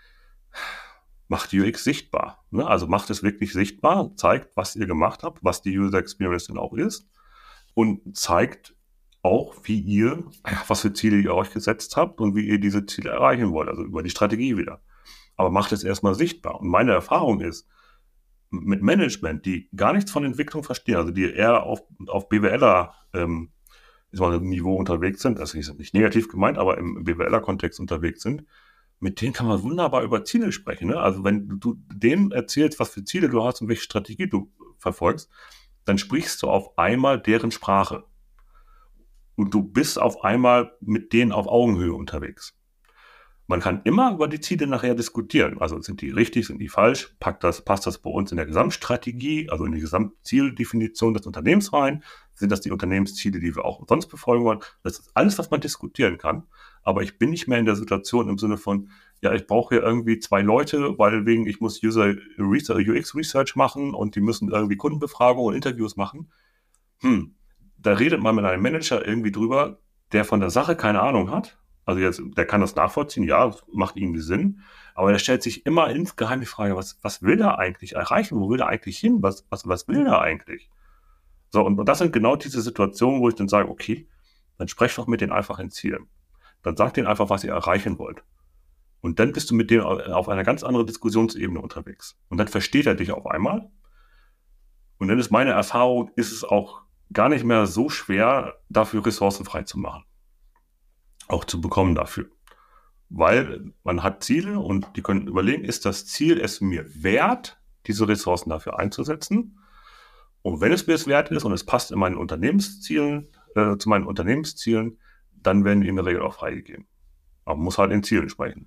macht U X sichtbar. Ne? Also macht es wirklich sichtbar, zeigt, was ihr gemacht habt, was die User Experience denn auch ist und zeigt auch, wie ihr, was für Ziele ihr euch gesetzt habt und wie ihr diese Ziele erreichen wollt, also über die Strategie wieder. Aber macht es erstmal sichtbar. Und meine Erfahrung ist, mit Management, die gar nichts von Entwicklung verstehen, also die eher auf, auf BWLer ähm, Niveau unterwegs sind, das ist nicht negativ gemeint, aber im BWLer-Kontext unterwegs sind, mit denen kann man wunderbar über Ziele sprechen. Ne? Also wenn du denen erzählst, was für Ziele du hast und welche Strategie du verfolgst, dann sprichst du auf einmal deren Sprache. Und du bist auf einmal mit denen auf Augenhöhe unterwegs. Man kann immer über die Ziele nachher diskutieren. Also sind die richtig, sind die falsch? Packt das, passt das bei uns in der Gesamtstrategie, also in die Gesamtzieldefinition des Unternehmens rein? Sind das die Unternehmensziele, die wir auch sonst befolgen wollen? Das ist alles, was man diskutieren kann. Aber ich bin nicht mehr in der Situation im Sinne von, ja, ich brauche hier irgendwie zwei Leute, weil wegen ich muss User Research, U X Research machen und die müssen irgendwie Kundenbefragungen und Interviews machen. Hm, da redet man mit einem Manager irgendwie drüber, der von der Sache keine Ahnung hat, also jetzt, der kann das nachvollziehen, ja, macht irgendwie Sinn, aber der stellt sich immer insgeheim die Frage, was, was will er eigentlich erreichen, wo will er eigentlich hin, was, was, was will er eigentlich? So, und, und das sind genau diese Situationen, wo ich dann sage, okay, dann sprecht doch mit denen einfach in Zielen. Dann sagt denen einfach, was ihr erreichen wollt. Und dann bist du mit denen auf einer ganz anderen Diskussionsebene unterwegs. Und dann versteht er dich auf einmal. Und dann ist meine Erfahrung, ist es auch gar nicht mehr so schwer, dafür Ressourcen frei zu machen. Auch zu bekommen dafür. Weil man hat Ziele und die können überlegen, ist das Ziel es mir wert, diese Ressourcen dafür einzusetzen? Und wenn es mir es wert ist und es passt in meinen Unternehmenszielen, äh, zu meinen Unternehmenszielen, dann werden die in der Regel auch freigegeben. Aber man muss halt in Zielen sprechen.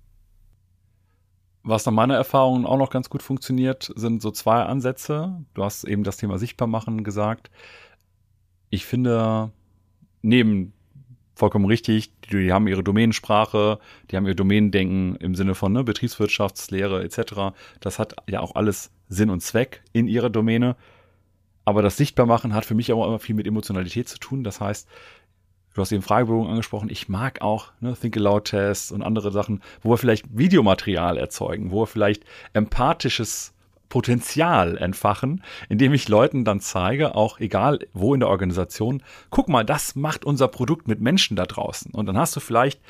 Was nach meiner Erfahrung auch noch ganz gut funktioniert, sind so zwei Ansätze. Du hast eben das Thema Sichtbarmachen gesagt. Ich finde, neben vollkommen richtig, die, die haben ihre Domänensprache, die haben ihr Domänendenken im Sinne von ne, Betriebswirtschaftslehre et cetera. Das hat ja auch alles Sinn und Zweck in ihrer Domäne. Aber das Sichtbarmachen hat für mich auch immer viel mit Emotionalität zu tun. Das heißt, du hast eben Fragebogen angesprochen. Ich mag auch ne, Think-Aloud-Tests und andere Sachen, wo wir vielleicht Videomaterial erzeugen, wo wir vielleicht empathisches Potenzial entfachen, indem ich Leuten dann zeige, auch egal wo in der Organisation, guck mal, das macht unser Produkt mit Menschen da draußen. Und dann hast du vielleicht,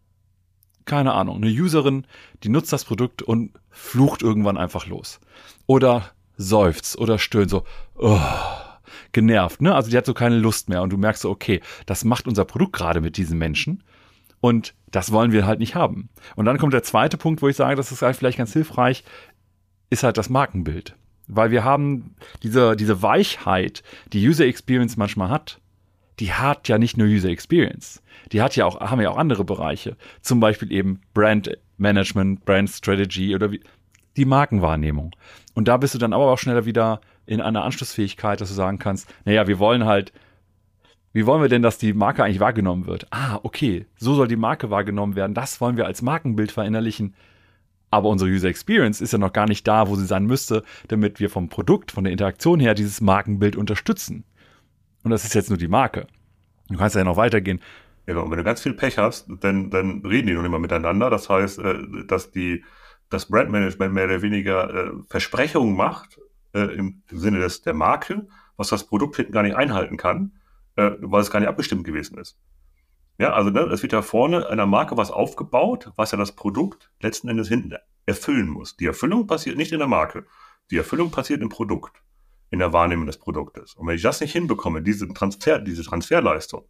keine Ahnung, eine Userin, die nutzt das Produkt und flucht irgendwann einfach los. Oder seufzt oder stöhnt so, oh, genervt, ne? Also die hat so keine Lust mehr und du merkst so, okay, das macht unser Produkt gerade mit diesen Menschen und das wollen wir halt nicht haben. Und dann kommt der zweite Punkt, wo ich sage, das ist halt vielleicht ganz hilfreich, ist halt das Markenbild. Weil wir haben diese, diese Weichheit, die User Experience manchmal hat, die hat ja nicht nur User Experience. Die hat ja auch, haben ja auch andere Bereiche. Zum Beispiel eben Brand Management, Brand Strategy oder wie, die Markenwahrnehmung. Und da bist du dann aber auch schneller wieder in einer Anschlussfähigkeit, dass du sagen kannst, naja, wir wollen halt, wie wollen wir denn, dass die Marke eigentlich wahrgenommen wird? Ah, okay, so soll die Marke wahrgenommen werden. Das wollen wir als Markenbild verinnerlichen. Aber unsere User Experience ist ja noch gar nicht da, wo sie sein müsste, damit wir vom Produkt, von der Interaktion her dieses Markenbild unterstützen. Und das ist jetzt nur die Marke. Du kannst ja noch weitergehen. Ja, und wenn du ganz viel Pech hast, dann, dann reden die noch nicht mal miteinander. Das heißt, dass die, das Brandmanagement mehr oder weniger äh, Versprechungen macht, äh, im Sinne des, der Marke, was das Produkt hinten gar nicht einhalten kann, äh, weil es gar nicht abgestimmt gewesen ist. Ja, also ne, es wird ja vorne einer Marke was aufgebaut, was ja das Produkt letzten Endes hinten erfüllen muss. Die Erfüllung passiert nicht in der Marke. Die Erfüllung passiert im Produkt, in der Wahrnehmung des Produktes. Und wenn ich das nicht hinbekomme, diese Transfer, diese Transferleistung,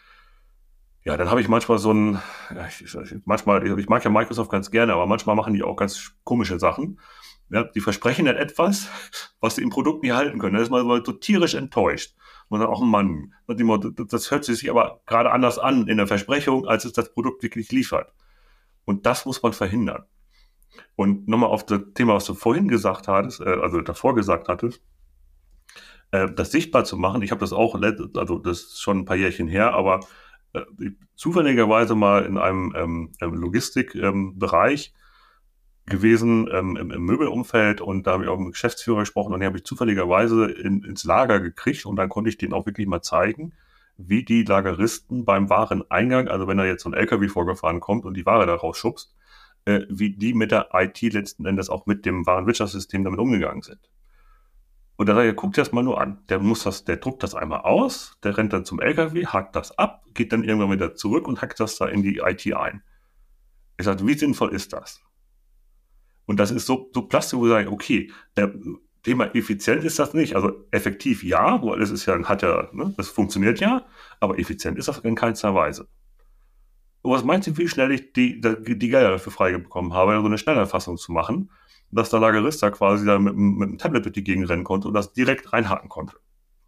ja, dann habe ich manchmal so ein, ja, ich, manchmal, ich mag ja Microsoft ganz gerne, aber manchmal machen die auch ganz komische Sachen. Ja, die versprechen dann etwas, was sie im Produkt nicht halten können. Da ist man so tierisch enttäuscht. Und dann auch ein Mann. Das hört sich aber gerade anders an in der Versprechung, als es das Produkt wirklich liefert. Und das muss man verhindern. Und nochmal auf das Thema, was du vorhin gesagt hattest, also davor gesagt hattest, das sichtbar zu machen. Ich habe das auch, also das ist schon ein paar Jährchen her, aber zufälligerweise mal in einem ähm, Logistikbereich ähm, gewesen ähm, im, im Möbelumfeld und da habe ich auch mit dem Geschäftsführer gesprochen und den habe ich zufälligerweise in, ins Lager gekriegt und dann konnte ich denen auch wirklich mal zeigen, wie die Lageristen beim Wareneingang, also wenn da jetzt so ein L K W vorgefahren kommt und die Ware da rausschubst, äh, wie die mit der I T letzten Endes auch mit dem Warenwirtschaftssystem damit umgegangen sind. Und da sage ich, guck dir das mal nur an. Der muss das, der druckt das einmal aus, der rennt dann zum L K W, hakt das ab, geht dann irgendwann wieder zurück und hackt das da in die I T ein. Ich sage, wie sinnvoll ist das? Und das ist so, so plastisch, wo ich sage, okay, der Thema effizient ist das nicht. Also effektiv ja, weil es ist ja, hat ja, ne, das funktioniert ja, aber effizient ist das in keinster Weise. Und was meinst du, wie schnell ich die, die, die Gelder dafür freigebekommen habe, so eine Schnellerfassung zu machen, dass der Lagerist da quasi da mit, mit dem Tablet durch die Gegend rennen konnte und das direkt reinhaken konnte.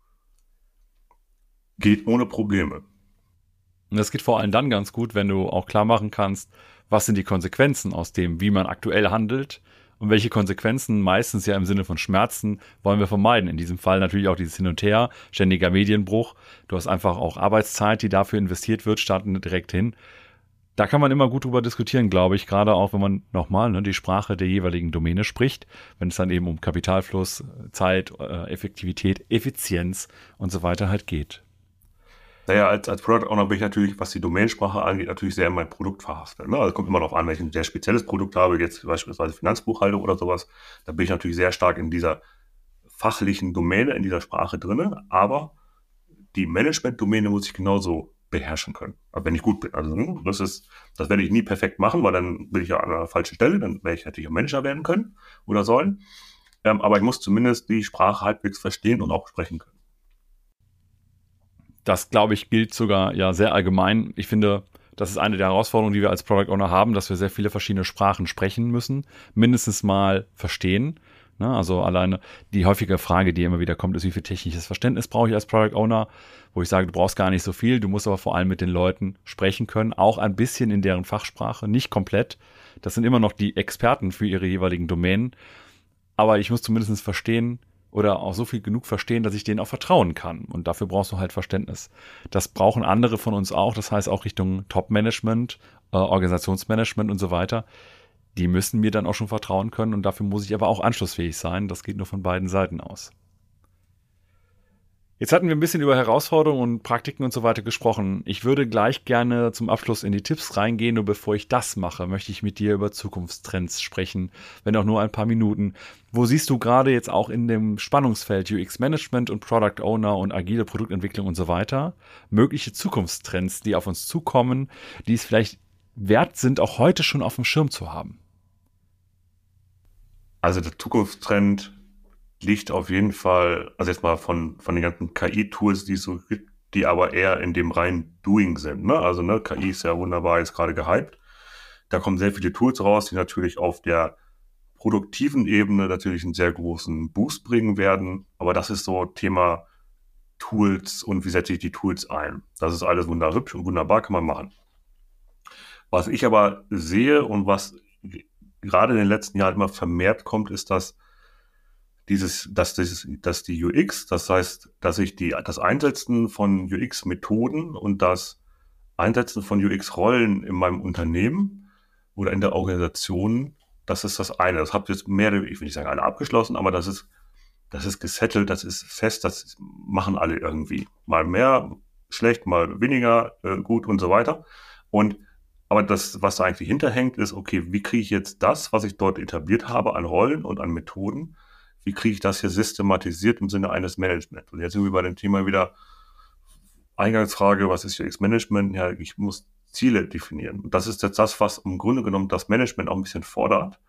Geht ohne Probleme. Und das geht vor allem dann ganz gut, wenn du auch klar machen kannst, was sind die Konsequenzen aus dem, wie man aktuell handelt und welche Konsequenzen, meistens ja im Sinne von Schmerzen, wollen wir vermeiden. In diesem Fall natürlich auch dieses Hin und Her, ständiger Medienbruch. Du hast einfach auch Arbeitszeit, die dafür investiert wird, starten direkt hin. Da kann man immer gut drüber diskutieren, glaube ich, gerade auch, wenn man nochmal ne, die Sprache der jeweiligen Domäne spricht, wenn es dann eben um Kapitalfluss, Zeit, äh, Effektivität, Effizienz und so weiter halt geht. Naja, als, als Product Owner bin ich natürlich, was die Domainsprache angeht, natürlich sehr in mein Produkt verhaftet. Ne? Also kommt immer darauf an, wenn ich ein sehr spezielles Produkt habe, jetzt beispielsweise Finanzbuchhaltung oder sowas, da bin ich natürlich sehr stark in dieser fachlichen Domäne, in dieser Sprache drin, aber die Management-Domäne muss ich genauso beherrschen können, wenn ich gut bin. Also das ist, das werde ich nie perfekt machen, weil dann bin ich ja an einer falschen Stelle, dann werde ich natürlich Manager werden können oder sollen. Ähm, aber ich muss zumindest die Sprache halbwegs verstehen und auch sprechen können. Das, glaube ich, gilt sogar ja sehr allgemein. Ich finde, das ist eine der Herausforderungen, die wir als Product Owner haben, dass wir sehr viele verschiedene Sprachen sprechen müssen, mindestens mal verstehen. Ne? Also alleine die häufige Frage, die immer wieder kommt, ist, wie viel technisches Verständnis brauche ich als Product Owner? Wo ich sage, du brauchst gar nicht so viel, du musst aber vor allem mit den Leuten sprechen können, auch ein bisschen in deren Fachsprache, nicht komplett. Das sind immer noch die Experten für ihre jeweiligen Domänen. Aber ich muss zumindest verstehen, oder auch so viel genug verstehen, dass ich denen auch vertrauen kann. Und dafür brauchst du halt Verständnis. Das brauchen andere von uns auch. Das heißt auch Richtung Top-Management, äh, Organisationsmanagement und so weiter. Die müssen mir dann auch schon vertrauen können. Und dafür muss ich aber auch anschlussfähig sein. Das geht nur von beiden Seiten aus. Jetzt hatten wir ein bisschen über Herausforderungen und Praktiken und so weiter gesprochen. Ich würde gleich gerne zum Abschluss in die Tipps reingehen. Nur bevor ich das mache, möchte ich mit dir über Zukunftstrends sprechen, wenn auch nur ein paar Minuten. Wo siehst du gerade jetzt auch in dem Spannungsfeld U X-Management und Product Owner und agile Produktentwicklung und so weiter mögliche Zukunftstrends, die auf uns zukommen, die es vielleicht wert sind, auch heute schon auf dem Schirm zu haben? Also der Zukunftstrend liegt auf jeden Fall, also jetzt mal von, von den ganzen K I-Tools, die es so gibt, die aber eher in dem reinen Doing sind. Ne? Also ne, K I ist ja wunderbar jetzt gerade gehypt. Da kommen sehr viele Tools raus, die natürlich auf der produktiven Ebene natürlich einen sehr großen Boost bringen werden. Aber das ist so Thema Tools und wie setze ich die Tools ein. Das ist alles wunderhübsch und wunderbar, kann man machen. Was ich aber sehe und was gerade in den letzten Jahren immer vermehrt kommt, ist, dass Dieses, dass, dieses, dass die U X, das heißt, dass ich die, das Einsetzen von U X-Methoden und das Einsetzen von U X-Rollen in meinem Unternehmen oder in der Organisation, das ist das eine. Das habt ihr jetzt mehr, ich will nicht sagen alle abgeschlossen, aber das ist, das ist gesettelt, das ist fest, das machen alle irgendwie. Mal mehr schlecht, mal weniger äh, gut und so weiter. Und aber das, was da eigentlich hinterhängt, ist, okay, wie kriege ich jetzt das, was ich dort etabliert habe an Rollen und an Methoden, wie kriege ich das hier systematisiert im Sinne eines Managements? Und jetzt sind wir bei dem Thema wieder Eingangsfrage, was ist U X-Management? Ja, ich muss Ziele definieren. Und das ist jetzt das, was im Grunde genommen das Management auch ein bisschen fordert,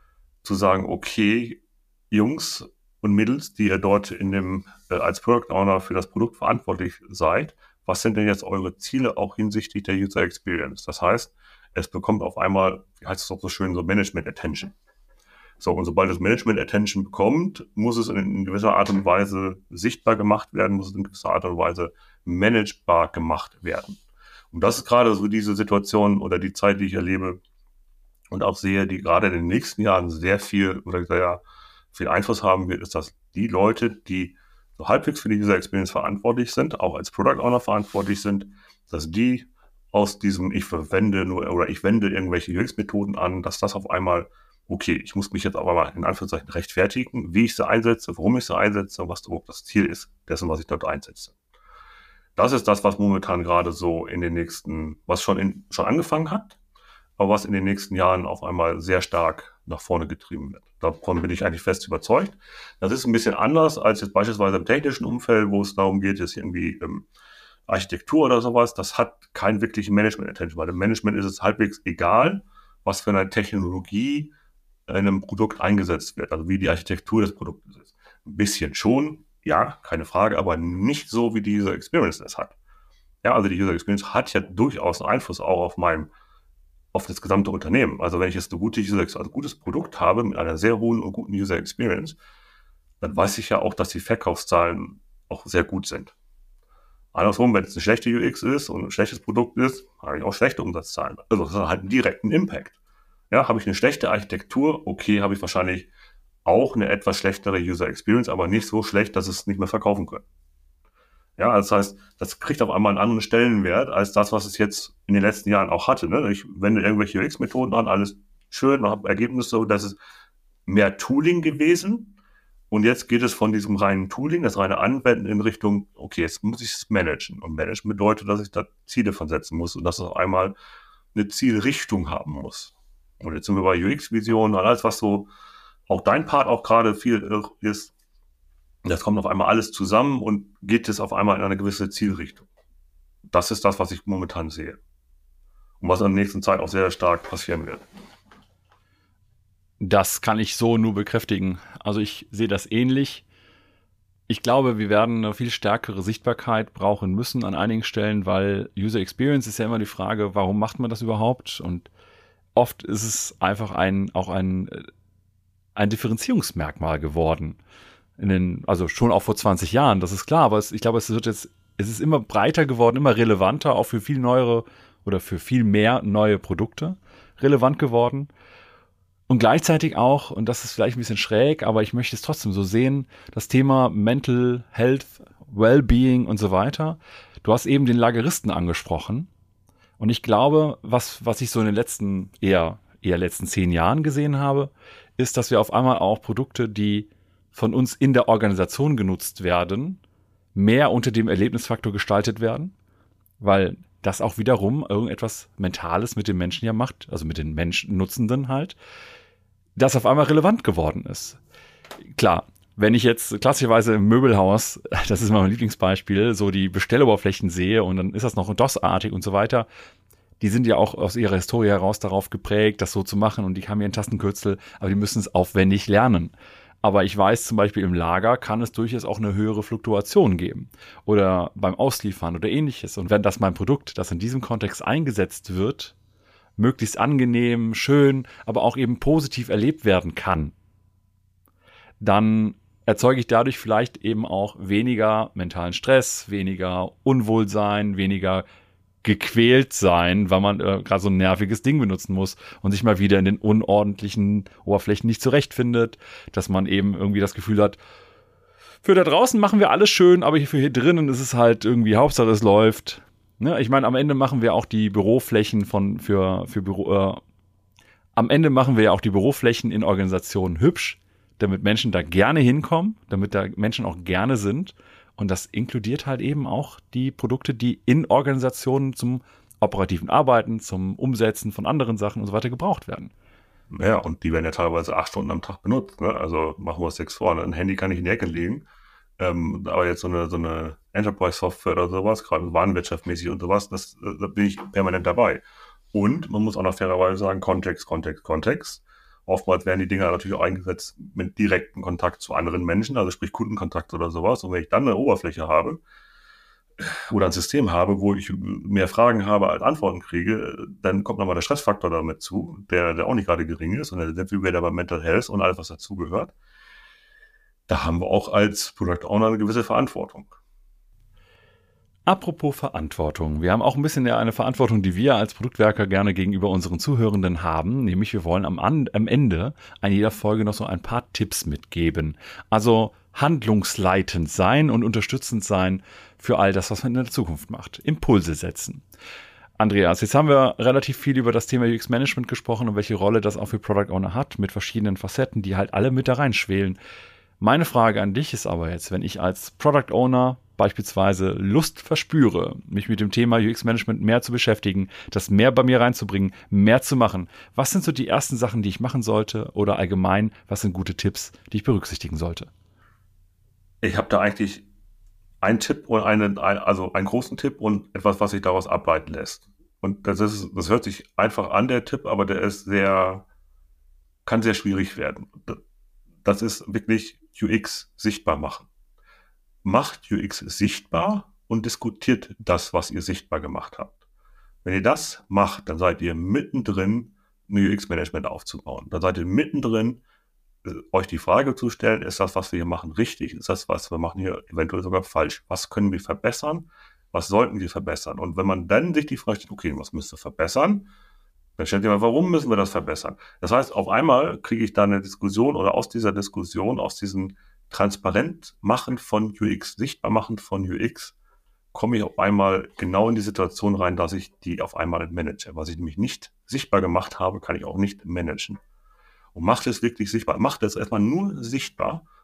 zu sagen, okay, Jungs und Mädels, die ihr dort in dem, äh, als Product Owner für das Produkt verantwortlich seid, was sind denn jetzt eure Ziele auch hinsichtlich der User Experience? Das heißt, es bekommt auf einmal, wie heißt es auch so schön, so Management Attention. So, und sobald das Management Attention bekommt, muss es in gewisser Art und Weise sichtbar gemacht werden, muss es in gewisser Art und Weise managebar gemacht werden. Und das ist gerade so diese Situation oder die Zeit, die ich erlebe und auch sehe, die gerade in den nächsten Jahren sehr viel oder sehr viel Einfluss haben wird, ist, dass die Leute, die so halbwegs für die User Experience verantwortlich sind, auch als Product Owner verantwortlich sind, dass die aus diesem ich verwende nur oder ich wende irgendwelche U X-Methoden an, dass das auf einmal okay, ich muss mich jetzt aber mal in Anführungszeichen rechtfertigen, wie ich sie einsetze, warum ich sie einsetze und was überhaupt das Ziel ist dessen, was ich dort einsetze. Das ist das, was momentan gerade so in den nächsten, was schon, in, schon angefangen hat, aber was in den nächsten Jahren auf einmal sehr stark nach vorne getrieben wird. Davon bin ich eigentlich fest überzeugt. Das ist ein bisschen anders als jetzt beispielsweise im technischen Umfeld, wo es darum geht, jetzt irgendwie ähm, Architektur oder sowas. Das hat kein wirklichen Management-Attention, weil im Management ist es halbwegs egal, was für eine Technologie in einem Produkt eingesetzt wird, also wie die Architektur des Produktes ist. Ein bisschen schon, ja, keine Frage, aber nicht so, wie die User Experience es hat. Ja, also die User Experience hat ja durchaus einen Einfluss auch auf mein, auf das gesamte Unternehmen. Also wenn ich jetzt eine gute User, also ein gutes Produkt habe mit einer sehr hohen und guten User Experience, dann weiß ich ja auch, dass die Verkaufszahlen auch sehr gut sind. Andersrum, wenn es eine schlechte U X ist und ein schlechtes Produkt ist, habe ich auch schlechte Umsatzzahlen. Also das hat halt einen direkten Impact. Ja, habe ich eine schlechte Architektur, okay, habe ich wahrscheinlich auch eine etwas schlechtere User Experience, aber nicht so schlecht, dass es nicht mehr verkaufen können. Ja, das heißt, das kriegt auf einmal einen anderen Stellenwert als das, was es jetzt in den letzten Jahren auch hatte. Ne? Ich wende irgendwelche U X-Methoden an, alles schön, habe Ergebnisse, das ist mehr Tooling gewesen, Und jetzt geht es von diesem reinen Tooling, das reine Anwenden in Richtung, okay, jetzt muss ich es managen. Und managen bedeutet, dass ich da Ziele von setzen muss und dass es auf einmal eine Zielrichtung haben muss. Und jetzt sind wir bei U X-Visionen und alles, was so auch dein Part auch gerade viel ist, das kommt auf einmal alles zusammen und geht es auf einmal in eine gewisse Zielrichtung. Das ist das, was ich momentan sehe. Und was in der nächsten Zeit auch sehr stark passieren wird. Das kann ich so nur bekräftigen. Also ich sehe das ähnlich. Ich glaube, wir werden eine viel stärkere Sichtbarkeit brauchen müssen an einigen Stellen, weil User Experience ist ja immer die Frage, warum macht man das überhaupt? Und oft ist es einfach ein, auch ein, ein Differenzierungsmerkmal geworden. In den, also schon auch vor zwanzig Jahren, das ist klar, aber es, ich glaube, es wird jetzt, es ist immer breiter geworden, immer relevanter, auch für viel neuere oder für viel mehr neue Produkte relevant geworden. Und gleichzeitig auch, und das ist vielleicht ein bisschen schräg, aber ich möchte es trotzdem so sehen, das Thema Mental Health, Wellbeing und so weiter. Du hast eben den Lageristen angesprochen. Und ich glaube, was, was ich so in den letzten, eher, eher letzten zehn Jahren gesehen habe, ist, dass wir auf einmal auch Produkte, die von uns in der Organisation genutzt werden, mehr unter dem Erlebnisfaktor gestaltet werden, weil das auch wiederum irgendetwas Mentales mit den Menschen ja macht, also mit den Menschen Nutzenden halt, das auf einmal relevant geworden ist. Klar, wenn ich jetzt klassischerweise im Möbelhaus, das ist mein Lieblingsbeispiel, so die Bestelloberflächen sehe und dann ist das noch DOS-artig und so weiter, die sind ja auch aus ihrer Historie heraus darauf geprägt, das so zu machen und die haben ihren Tastenkürzel, aber die müssen es aufwendig lernen. Aber ich weiß zum Beispiel, im Lager kann es durchaus auch eine höhere Fluktuation geben oder beim Ausliefern oder ähnliches. Und wenn das mein Produkt, das in diesem Kontext eingesetzt wird, möglichst angenehm, schön, aber auch eben positiv erlebt werden kann, dann erzeuge ich dadurch vielleicht eben auch weniger mentalen Stress, weniger Unwohlsein, weniger gequält sein, weil man äh, gerade so ein nerviges Ding benutzen muss und sich mal wieder in den unordentlichen Oberflächen nicht zurechtfindet, dass man eben irgendwie das Gefühl hat, für da draußen machen wir alles schön, aber hier für hier drinnen ist es halt irgendwie, Hauptsache es läuft. Ne? Ich meine, am Ende machen wir auch die Büroflächen von für für Büro. Äh, am Ende machen wir ja auch die Büroflächen in Organisationen hübsch, damit Menschen da gerne hinkommen, damit da Menschen auch gerne sind. Und das inkludiert halt eben auch die Produkte, die in Organisationen zum operativen Arbeiten, zum Umsetzen von anderen Sachen und so weiter gebraucht werden. Ja, und die werden ja teilweise acht Stunden am Tag benutzt. Ne? Also machen wir uns nichts vor. Ne? Ein Handy kann ich in die Ecke legen. Ähm, aber jetzt so eine, so eine Enterprise-Software oder sowas, gerade warenwirtschaftmäßig und sowas, das, da bin ich permanent dabei. Und man muss auch noch fairerweise sagen, Kontext, Kontext, Kontext. Oftmals werden die Dinger natürlich auch eingesetzt mit direktem Kontakt zu anderen Menschen, also sprich Kundenkontakt oder sowas. Und wenn ich dann eine Oberfläche habe oder ein System habe, wo ich mehr Fragen habe als Antworten kriege, dann kommt nochmal der Stressfaktor damit zu, der, der auch nicht gerade gering ist. Und dann sind wir wieder bei Mental Health und alles, was dazugehört. Da haben wir auch als Product Owner eine gewisse Verantwortung. Apropos Verantwortung. Wir haben auch ein bisschen ja eine Verantwortung, die wir als Produktwerker gerne gegenüber unseren Zuhörenden haben. Nämlich wir wollen am, am Ende an jeder Folge noch so ein paar Tipps mitgeben. Also handlungsleitend sein und unterstützend sein für all das, was man in der Zukunft macht. Impulse setzen. Andreas, jetzt haben wir relativ viel über das Thema U X-Management gesprochen und welche Rolle das auch für Product Owner hat, mit verschiedenen Facetten, die halt alle mit da reinschwelen. Meine Frage an dich ist aber jetzt, wenn ich als Product Owner beispielsweise Lust verspüre, mich mit dem Thema U X-Management mehr zu beschäftigen, das mehr bei mir reinzubringen, mehr zu machen. Was sind so die ersten Sachen, die ich machen sollte oder allgemein, was sind gute Tipps, die ich berücksichtigen sollte? Ich habe da eigentlich einen Tipp und einen, also einen großen Tipp und etwas, was sich daraus ableiten lässt. Und das ist, das hört sich einfach an, der Tipp, aber der ist sehr, kann sehr schwierig werden. Das ist wirklich U X sichtbar machen. Macht U X sichtbar und diskutiert das, was ihr sichtbar gemacht habt. Wenn ihr das macht, dann seid ihr mittendrin, ein U X-Management aufzubauen. Dann seid ihr mittendrin, euch die Frage zu stellen, ist das, was wir hier machen, richtig? Ist das, was wir machen hier eventuell sogar falsch? Was können wir verbessern? Was sollten wir verbessern? Und wenn man dann sich die Frage stellt, okay, was müsst ihr verbessern? Dann stellt ihr mal, warum müssen wir das verbessern? Das heißt, auf einmal kriege ich da eine Diskussion oder aus dieser Diskussion, aus diesem transparent machen von U X, sichtbar machen von U X, komme ich auf einmal genau in die Situation rein, dass ich die auf einmal manage. Was ich nämlich nicht sichtbar gemacht habe, kann ich auch nicht managen. Und macht es wirklich sichtbar. Macht es erstmal nur sichtbar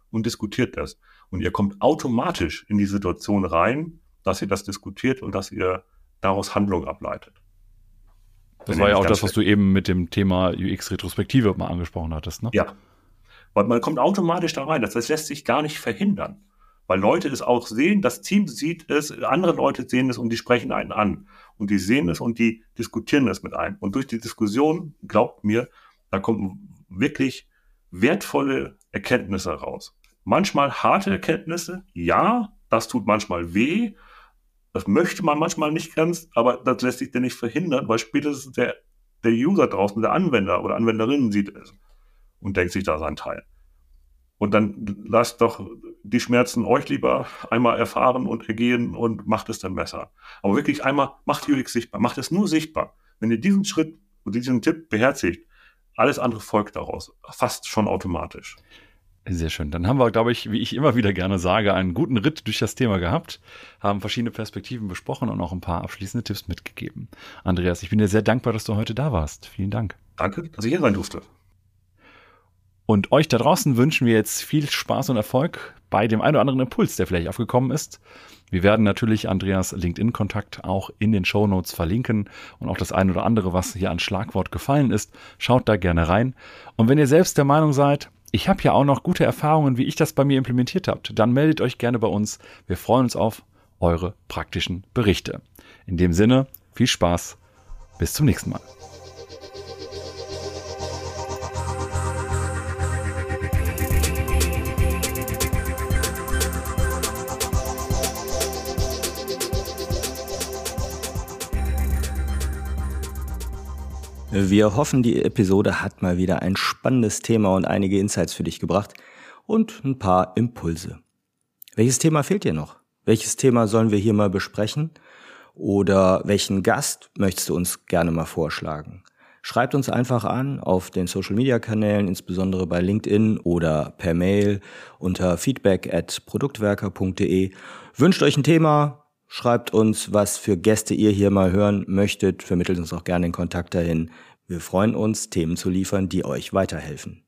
und diskutiert das. Und ihr kommt automatisch in die Situation rein, dass ihr das diskutiert und dass ihr daraus Handlung ableitet. Das war ja auch das, was du eben mit dem Thema U X-Retrospektive mal angesprochen hattest, ne? Ja, weil man kommt automatisch da rein. Das, das lässt sich gar nicht verhindern. Weil Leute es auch sehen, das Team sieht es, andere Leute sehen es und die sprechen einen an. Und die sehen es und die diskutieren es mit einem. Und durch die Diskussion, glaubt mir, da kommen wirklich wertvolle Erkenntnisse raus. Manchmal harte Erkenntnisse, ja, das tut manchmal weh. Das möchte man manchmal nicht ganz, aber das lässt sich denn nicht verhindern, weil spätestens der, der User draußen, der Anwender oder Anwenderinnen sieht es und denkt sich da seinen Teil. Und dann lasst doch die Schmerzen euch lieber einmal erfahren und ergehen und macht es dann besser. Aber wirklich einmal, macht U X sichtbar, macht es nur sichtbar. Wenn ihr diesen Schritt und diesen Tipp beherzigt, alles andere folgt daraus, fast schon automatisch. Sehr schön. Dann haben wir, glaube ich, wie ich immer wieder gerne sage, einen guten Ritt durch das Thema gehabt, haben verschiedene Perspektiven besprochen und auch ein paar abschließende Tipps mitgegeben. Andreas, ich bin dir sehr dankbar, dass du heute da warst. Vielen Dank. Danke, dass ich hier sein durfte. Und euch da draußen wünschen wir jetzt viel Spaß und Erfolg bei dem einen oder anderen Impuls, der vielleicht aufgekommen ist. Wir werden natürlich Andreas LinkedIn-Kontakt auch in den Shownotes verlinken und auch das ein oder andere, was hier an Schlagwort gefallen ist. Schaut da gerne rein. Und wenn ihr selbst der Meinung seid, ich habe ja auch noch gute Erfahrungen, wie ich das bei mir implementiert habe, dann meldet euch gerne bei uns. Wir freuen uns auf eure praktischen Berichte. In dem Sinne, viel Spaß. Bis zum nächsten Mal. Wir hoffen, die Episode hat mal wieder ein spannendes Thema und einige Insights für dich gebracht und ein paar Impulse. Welches Thema fehlt dir noch? Welches Thema sollen wir hier mal besprechen? Oder welchen Gast möchtest du uns gerne mal vorschlagen? Schreibt uns einfach an auf den Social-Media-Kanälen, insbesondere bei LinkedIn oder per Mail unter feedback at produktwerker punkt de. Wünscht euch ein Thema, schreibt uns, was für Gäste ihr hier mal hören möchtet, vermittelt uns auch gerne den Kontakt dahin. Wir freuen uns, Themen zu liefern, die euch weiterhelfen.